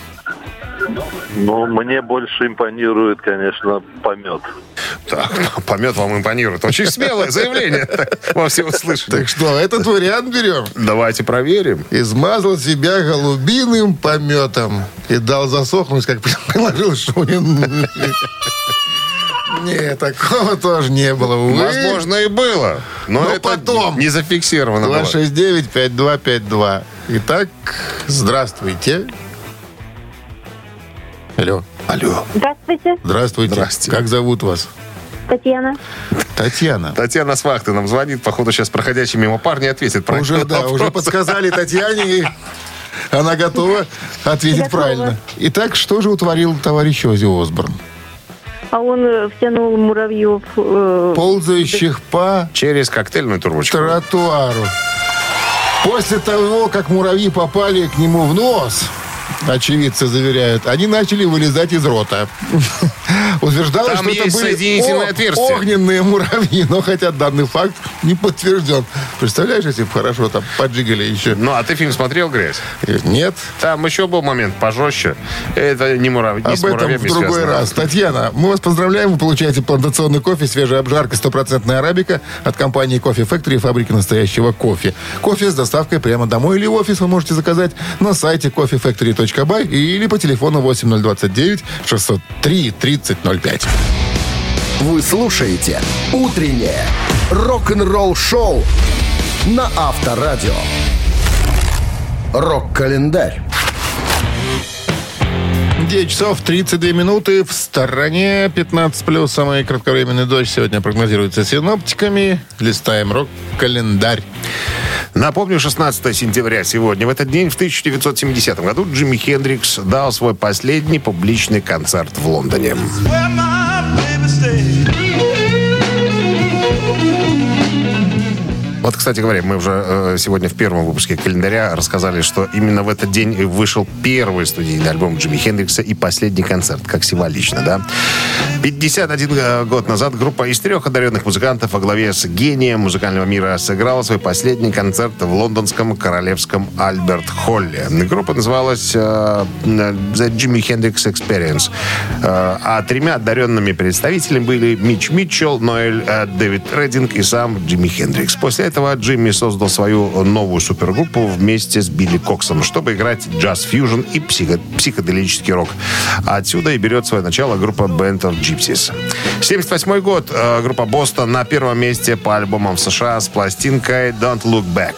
Ну, мне больше импонирует, конечно, помет. Так, помет вам импонирует. Очень смелое заявление. Во всеуслышание. Так что, этот вариант берем? Давайте проверим. Измазал себя голубиным пометом и дал засохнуть, как приложил Шунин. Нет, такого тоже не было, увы. Возможно, и было. Но, Но это потом. не зафиксировано два было. шесть девять пять два пять два. Итак, здравствуйте. Алло. Алло. Здравствуйте, Здравствуйте. Здрасте. Как зовут вас? Татьяна. Татьяна. Татьяна с вахты нам звонит. Походу, сейчас проходящий мимо парни ответит правильно. Уже, да, уже подсказали Татьяне, и она готова ответить Готова. правильно. Итак, что же утворил товарищ Ози Осборн? А он э, втянул муравьев. э, Ползающих по Через коктейльную трубочку. тротуару. После того, как муравьи попали к нему в нос, очевидцы заверяют, они начали вылезать из рота. Утверждалось, Там что это есть были соединительное о- отверстие. огненные муравьи, но хотя данный факт не подтвержден. Представляешь, если бы хорошо там поджигали еще? Ну, а ты фильм смотрел, Грязь? Нет. Там еще был момент пожестче. Это не муравьи, не с Об этом муравьями в другой связано. раз. Татьяна, мы вас поздравляем. Вы получаете плантационный кофе, свежая обжарка, стопроцентная арабика от компании Coffee Factory, фабрики настоящего кофе. Кофе с доставкой прямо домой или в офис вы можете заказать на сайте кофе фэктори точка бай или по телефону восемь ноль двадцать девять шестьсот три тридцать ноль пять. Вы слушаете «Утреннее рок-н-ролл-шоу» на Авторадио. Рок-календарь. девять часов тридцать две минуты. В стороне пятнадцать плюс. Самый кратковременный дождь сегодня прогнозируется синоптиками. Листаем рок-календарь. Напомню, шестнадцатого сентября сегодня. В этот день, в тысяча девятьсот семидесятом году, Джимми Хендрикс дал свой последний публичный концерт в Лондоне. Вот, кстати говоря, мы уже э, сегодня в первом выпуске календаря рассказали, что именно в этот день вышел первый студийный альбом Джимми Хендрикса и последний концерт, как символично, да? пятьдесят один год назад группа из трех одаренных музыкантов во главе с гением музыкального мира сыграла свой последний концерт в лондонском королевском Альберт-Холле. Группа называлась э, The Jimi Hendrix Experience. Э, а тремя одаренными представителями были Митч Митчелл, Ноэль э, Дэвид Реддинг и сам Джимми Хендрикс. После этого Джимми создал свою новую супергруппу вместе с Билли Коксом, чтобы играть джаз-фьюжн и психо- психоделический рок. Отсюда и берет свое начало группа Band of Gypsies. семьдесят восьмой год. Э, группа Бостон на первом месте по альбомам в США с пластинкой Don't Look Back.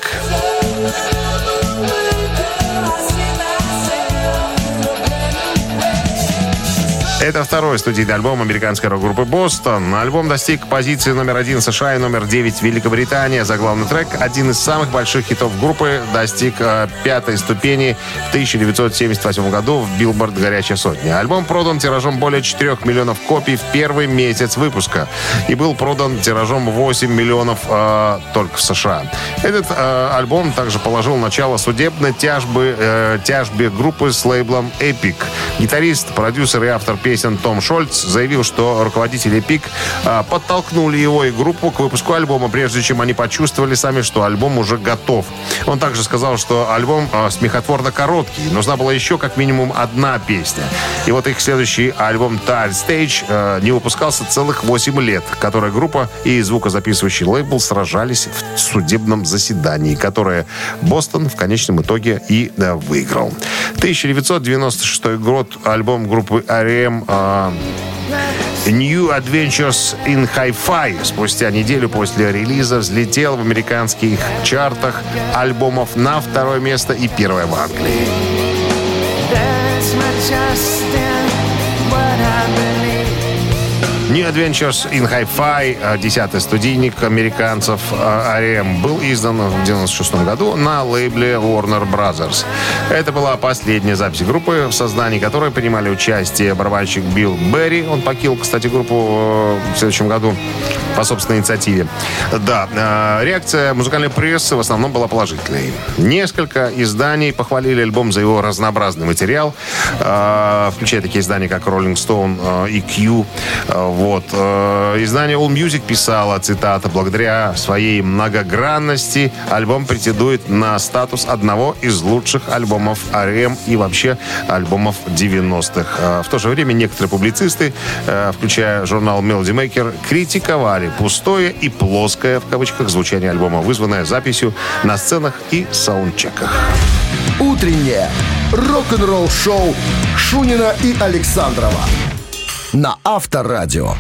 Это второй студийный альбом американской рок-группы «Бостон». Альбом достиг позиции номер один в США и номер девять в Великобритании. Заглавный трек, один из самых больших хитов группы, достиг э, пятой ступени в тысяча девятьсот семьдесят восьмом году в Billboard «Горячая сотня». Альбом продан тиражом более четырех миллионов копий в первый месяц выпуска и был продан тиражом восемь миллионов э, только в США. Этот э, альбом также положил начало судебной тяжбы, э, тяжбе группы с лейблом Epic. Гитарист, продюсер и автор песен Том Шольц заявил, что руководители Epic а, подтолкнули его и группу к выпуску альбома, прежде чем они почувствовали сами, что альбом уже готов. Он также сказал, что альбом а, смехотворно короткий. Нужна была еще как минимум одна песня. И вот их следующий альбом Tired Stage а, не выпускался целых восемь лет, который группа и звукозаписывающий лейбл сражались в судебном заседании, которое Бостон в конечном итоге и да, выиграл. тысяча девятьсот девяносто шестой год. Альбом группы ар и эм а, New Adventures in Hi-Fi спустя неделю после релиза взлетел в американских чартах альбомов на второе место и первое в Англии. New Adventures in Hi-Fi, десятый студийник американцев ар и эм, был издан в девяносто шестом году на лейбле Warner Brothers. Это была последняя запись группы, в создании которой принимали участие барабанщик Билл Берри. Он покинул, кстати, группу в следующем году по собственной инициативе. Да, реакция музыкальной прессы в основном была положительной. Несколько изданий похвалили альбом за его разнообразный материал, включая такие издания, как Rolling Stone и Q. Вот. Издание AllMusic писало, цитата, «Благодаря своей многогранности альбом претендует на статус одного из лучших альбомов ар и эм и вообще альбомов девяностых». В то же время некоторые публицисты, включая журнал Melody Maker, критиковали пустое и плоское, в кавычках, звучание альбома, вызванное записью на сценах и саундчеках. Утреннее рок-н-ролл-шоу Шунина и Александрова на Авторадио.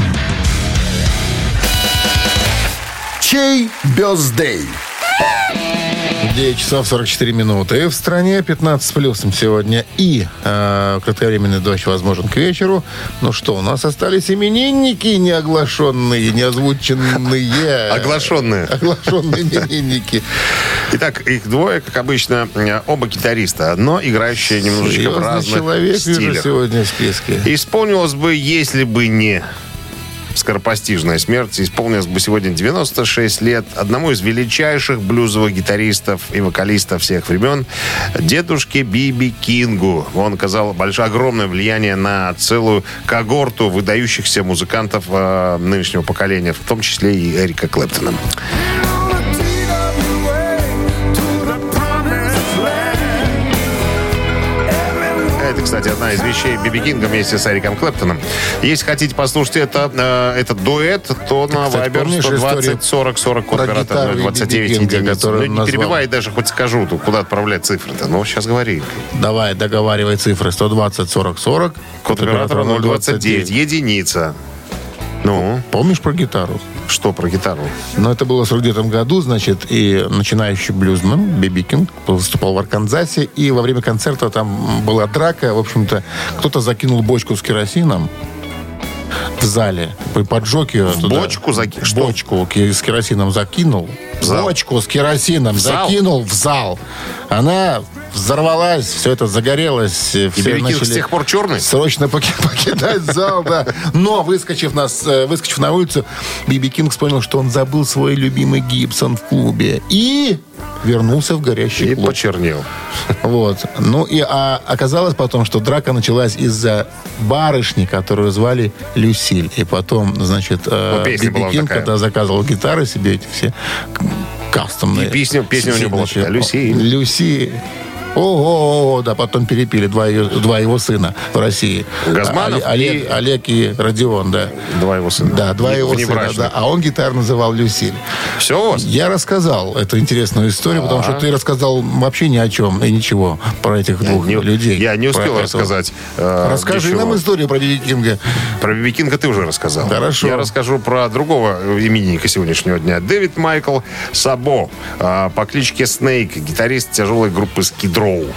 Чей бёздей? девять часов сорок четыре минуты. В стране пятнадцать с плюсом сегодня. И э, кратковременный дождь возможен к вечеру. Ну что, у нас остались именинники неоглашенные, неозвученные. Оглашенные. Оглашенные именинники. Итак, их двое, как обычно, оба гитариста, но играющие немножечко Серьезный в разных человек стилях. вижу сегодня в списке. Исполнилось бы, если бы не скоропостижная смерть, исполнилось бы сегодня девяносто шесть лет одному из величайших блюзовых гитаристов и вокалистов всех времен, дедушке Би Би Кингу. Он оказал большое, огромное влияние на целую когорту выдающихся музыкантов э, нынешнего поколения, в том числе и Эрика Клэптона. Это, кстати, одна из вещей Би Би Кинга вместе с Эриком Клэптоном. Если хотите послушать это, э, этот дуэт, то на Вайбер сто двадцать сорок сорок, код оператора ноль двадцать девять единиц. Ну, не перебивай, даже хоть скажу, тут, куда отправлять цифры-то. Ну, сейчас говори. Давай, договаривай цифры. сто двадцать сорок сорок. Код оператора ноль двадцать девять. Единица. Ну? Помнишь про гитару? Что про гитару? Ну, это было в сорок девятом году, значит, и начинающий блюзмен Би Би Кинг выступал в Арканзасе, и во время концерта там была драка. В общем-то, кто-то закинул бочку с керосином в зале, поджег ее. Туда. Бочку закинул? Бочку с керосином закинул. Бочку с керосином в закинул в зал. Она взорвалась, все это загорелось. И все начали с тех пор черный? Срочно покидать зал, да. Но, выскочив на, выскочив на улицу, Би Би Кинг вспомнил, что он забыл свой любимый Гибсон в клубе. И вернулся в горящий клуб. И почернел. Вот. Ну, и а, оказалось потом, что драка началась из-за барышни, которую звали Люсиль. И потом, значит, ну, Би Би Кинг, когда заказывал гитары себе, эти все кастомные. И песня, песня у него была такая, Люси. Люси. Ого, да, потом перепили два, ее, два его сына в России. Газманов а, Олег, и... Олег и Родион, да. Два его сына. Да, два не, его сына, да. А он гитар называл Люсиль. Все у вас? Я рассказал эту интересную историю, А-а-а. потому что ты рассказал вообще ни о чем и ничего про этих я двух не, людей. Я не успел рассказать. Э, Расскажи ничего. нам историю про Би Би Кинга. Про Би Би Кинга ты уже рассказал. Хорошо. Я расскажу про другого именинника сегодняшнего дня. Дэвид Майкл Сабо э, по кличке Снейк, гитарист тяжелой группы Skid Row.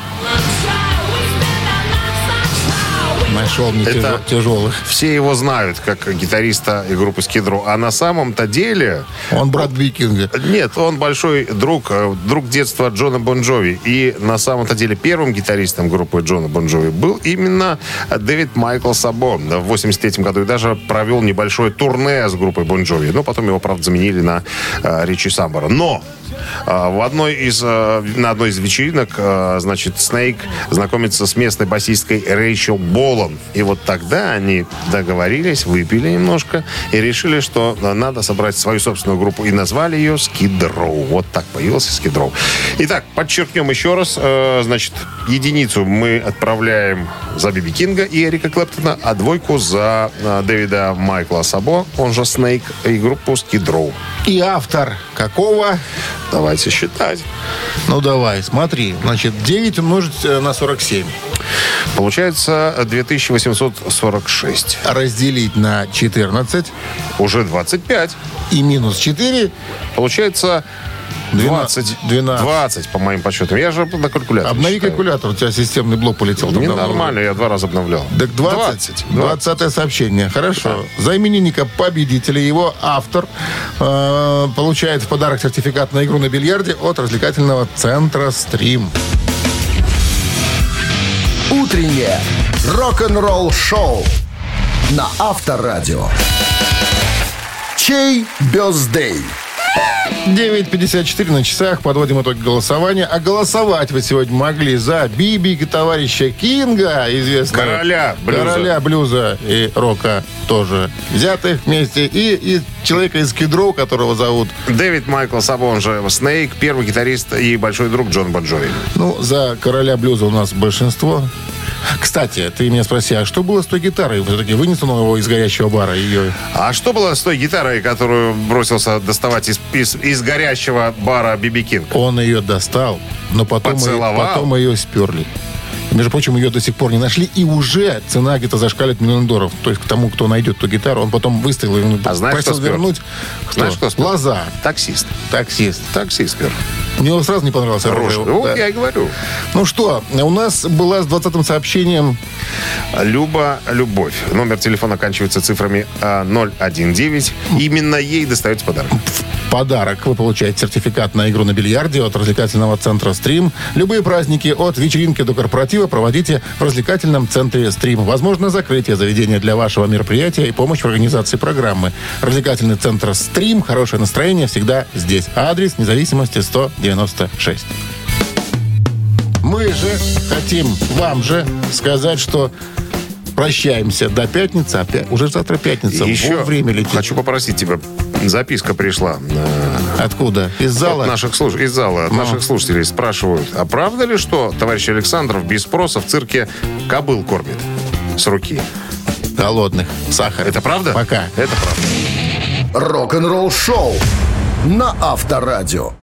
Нашел мне Это тяжелых. Все его знают как гитариста и группы Skid Row. А на самом-то деле... Он брат Би Би Кинга. Нет, он большой друг, друг детства Джона Бон Джови. И на самом-то деле первым гитаристом группы Джона Бон Джови был именно Дэвид Майкл Сабо в восемьдесят третьем году. И даже провел небольшое турне с группой Бон Джови. Но потом его, правда, заменили на uh, Ричи Самбора. Но в одной из, на одной из вечеринок, значит, Снейк знакомится с местной басисткой Рэйчел Болан. И вот тогда они договорились, выпили немножко и решили, что надо собрать свою собственную группу. И назвали ее Skid Row. Вот так появился Skid Row. Итак, подчеркнем еще раз. Значит, единицу мы отправляем за Би Би Кинга и Эрика Клэптона, а двойку за Дэвида Майкла Сабо, он же Снейк, и группу Skid Row. И автор какого? Давайте считать. Ну, давай, смотри. Значит, девять умножить на сорок семь. Получается две тысячи восемьсот сорок шесть. Разделить на четырнадцать. Уже двадцать пять. И минус четыре. Получается двадцать. двенадцать. двадцать, по моим подсчетам. Я же на калькуляторе Обнови считаю. калькулятор, у тебя системный блок полетел. Не нормально, я два раза обновлял. Так двадцать. двадцатое сообщение. Хорошо. За именинника победителя его автор э, получает в подарок сертификат на игру на бильярде от развлекательного центра «Стрим». Утреннее рок-н-ролл-шоу на Авторадио. Чей бёздей? девять пятьдесят четыре на часах. Подводим итоги голосования. А голосовать вы сегодня могли за Биби, товарища Кинга, известного Короля блюза. Короля блюза и рока тоже взятых вместе. И, и человека из Кедроу, которого зовут... Дэвид Майкл Сабон же Снейк, первый гитарист и большой друг Джон Бон Джови. Ну, за Короля блюза у нас большинство. Кстати, ты меня спроси, а что было с той гитарой? Все-таки вынес он его из горящего бара? Ее... А что было с той гитарой, которую бросился доставать из, из, из горящего бара Биби Кинг? Он ее достал, но потом, ее, Поцеловал. потом ее сперли. Между прочим, ее до сих пор не нашли, и уже цена где-то зашкаливает миллион долларов. То есть к тому, кто найдет ту гитару, он потом выставил и А знаешь, просил кто спер? вернуть. Знаешь, кто спер? Лоза. Таксист. Таксист. Таксист спер. Мне сразу не понравился Хороший. оружие. Вот Да. я и говорю. Ну что, у нас была с двадцатым сообщением. Люба Любовь. Номер телефона оканчивается цифрами а, ноль один девять. Именно ей достается подарок. Подарок. Вы получаете сертификат на игру на бильярде от развлекательного центра «Стрим». Любые праздники от вечеринки до корпоратива проводите в развлекательном центре «Стрим». Возможно, закрытие заведения для вашего мероприятия и помощь в организации программы. Развлекательный центр «Стрим». Хорошее настроение всегда здесь. Адрес Независимости сто девяносто шесть. Мы же хотим вам же сказать, что прощаемся до пятницы. А пя- уже завтра пятница. Еще Время летит. хочу попросить тебя. Записка пришла. э, Откуда? Из зала? От наших слуш... Из зала. От Ну. наших слушателей спрашивают, а правда ли, что товарищ Александров без спроса в цирке кобыл кормит с руки? Голодных. Сахар. Это правда? Пока. Это правда. Рок-н-ролл-шоу на Авторадио.